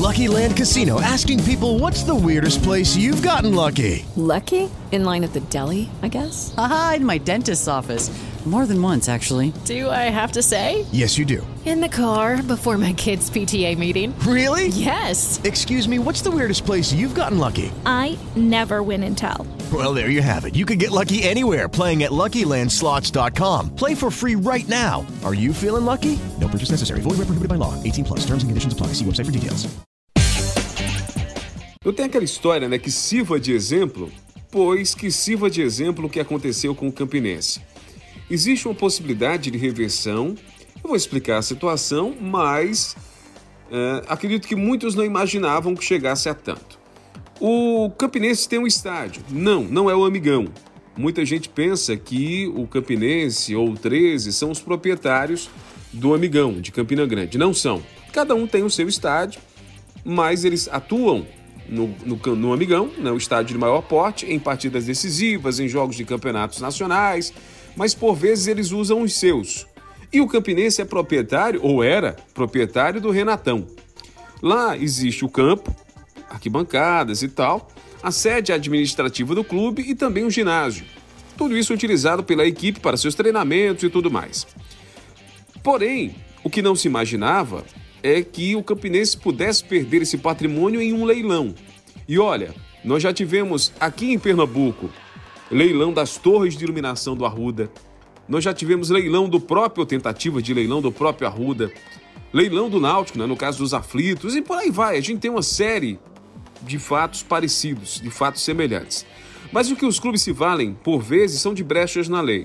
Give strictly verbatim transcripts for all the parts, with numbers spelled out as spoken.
Lucky Land Casino, asking people, what's the weirdest place you've gotten lucky? Lucky? In line at the deli, I guess? Aha, in my dentist's office. More than once, actually. Do I have to say? Yes, you do. In the car before my kids' P T A meeting. Really? Yes. Excuse me, what's the weirdest place you've gotten lucky? I never win and tell. Well, there you have it. You can get lucky anywhere, playing at Lucky Land Slots dot com. Play for free right now. Are you feeling lucky? No purchase necessary. Void where prohibited by law. eighteen plus. Terms and conditions apply. See website for details. Eu tenho aquela história, né, que sirva de exemplo, pois que sirva de exemplo o que aconteceu com o Campinense. Existe uma possibilidade de reversão. Eu vou explicar a situação, mas é, acredito que muitos não imaginavam que chegasse a tanto. O Campinense tem um estádio. Não, não é o Amigão. Muita gente pensa que o Campinense ou o treze são os proprietários do Amigão, de Campina Grande. Não são. Cada um tem o seu estádio, mas eles atuam no, no, no Amigão, né, o estádio de maior porte, em partidas decisivas, em jogos de campeonatos nacionais, mas por vezes eles usam os seus. E o Campinense é proprietário, ou era proprietário, do Renatão. Lá existe o campo, arquibancadas e tal, a sede administrativa do clube e também um ginásio. Tudo isso utilizado pela equipe para seus treinamentos e tudo mais. Porém, o que não se imaginava é que o Campinense pudesse perder esse patrimônio em um leilão. E olha, nós já tivemos aqui em Pernambuco leilão das torres de iluminação do Arruda. Nós já tivemos leilão do próprio, tentativa de leilão do próprio Arruda. Leilão do Náutico, né, no caso dos aflitos, e por aí vai. A gente tem uma série de fatos parecidos, de fatos semelhantes. Mas o que os clubes se valem, por vezes, são de brechas na lei.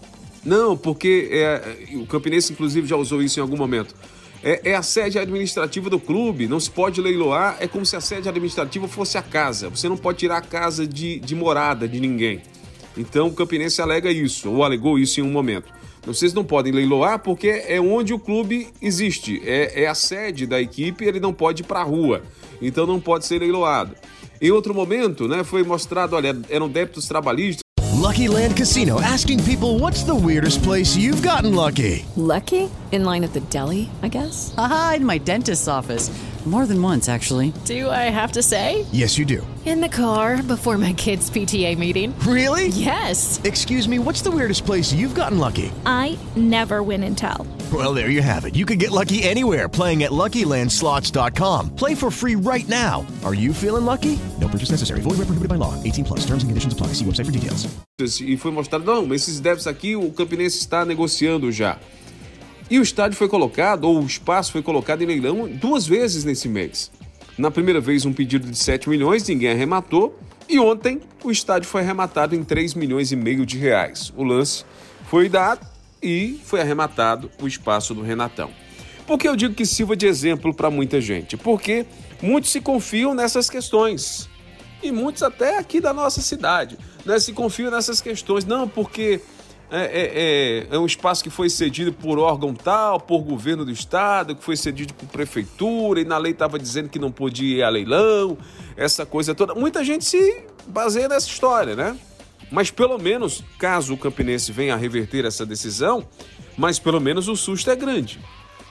Não, porque é, o Campinense, inclusive, já usou isso em algum momento. É, é a sede administrativa do clube, não se pode leiloar, é como se a sede administrativa fosse a casa. Você não pode tirar a casa de, de morada de ninguém. Então o Campinense alega isso, ou alegou isso em um momento. Vocês não podem leiloar porque é onde o clube existe, é, é a sede da equipe, ele não pode ir para a rua, então não pode ser leiloado. Em outro momento, né, foi mostrado, olha, eram débitos trabalhistas. Lucky Land Casino, asking people, what's the weirdest place you've gotten lucky? Lucky? In line at the deli, I guess? Aha, in my dentist's office. More than once, actually. Do I have to say? Yes, you do. In the car before my kids' P T A meeting. Really? Yes. Excuse me, what's the weirdest place you've gotten lucky? I never win and tell. Well, there you have it. You can get lucky anywhere, playing at Lucky Land Slots dot com. Play for free right now. Are you feeling lucky? No purchase necessary. Void where prohibited by law. eighteen plus. Terms and conditions apply. See website for details. E foi mostrado, não, esses débitos aqui o Campinense está negociando já. E o estádio foi colocado, ou o espaço foi colocado em leilão duas vezes nesse mês. Na primeira vez um pedido de sete milhões, ninguém arrematou. E ontem o estádio foi arrematado em três milhões e meio de reais. O lance foi dado e foi arrematado o espaço do Renatão. Por que eu digo que sirva de exemplo para muita gente? Porque muitos se confiam nessas questões. E muitos até aqui da nossa cidade, né, se confiam nessas questões. Não, porque é, é, é, é um espaço que foi cedido por órgão tal, por governo do estado, que foi cedido por prefeitura, e na lei estava dizendo que não podia ir a leilão, essa coisa toda. Muita gente se baseia nessa história, né? Mas pelo menos, caso o Campinense venha a reverter essa decisão, mas pelo menos o susto é grande.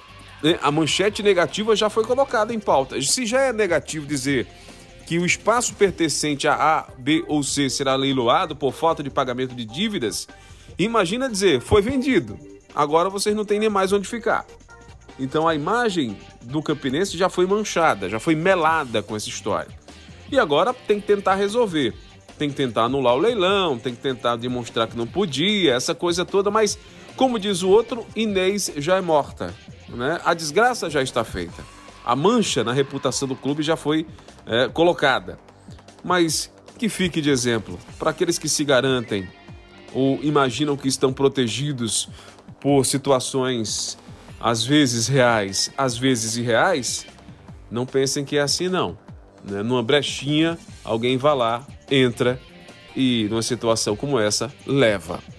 A manchete negativa já foi colocada em pauta. Se já é negativo dizer que o espaço pertencente a A, B ou C será leiloado por falta de pagamento de dívidas, imagina dizer, foi vendido, agora vocês não têm nem mais onde ficar. Então a imagem do Campinense já foi manchada, já foi melada com essa história. E agora tem que tentar resolver, tem que tentar anular o leilão, tem que tentar demonstrar que não podia, essa coisa toda, mas como diz o outro, Inês já é morta, né? A desgraça já está feita. A mancha na reputação do clube já foi é, colocada. Mas que fique de exemplo para aqueles que se garantem ou imaginam que estão protegidos por situações às vezes reais, às vezes irreais. Não pensem que é assim não. Né? Numa brechinha, alguém vai lá, entra e numa situação como essa, leva.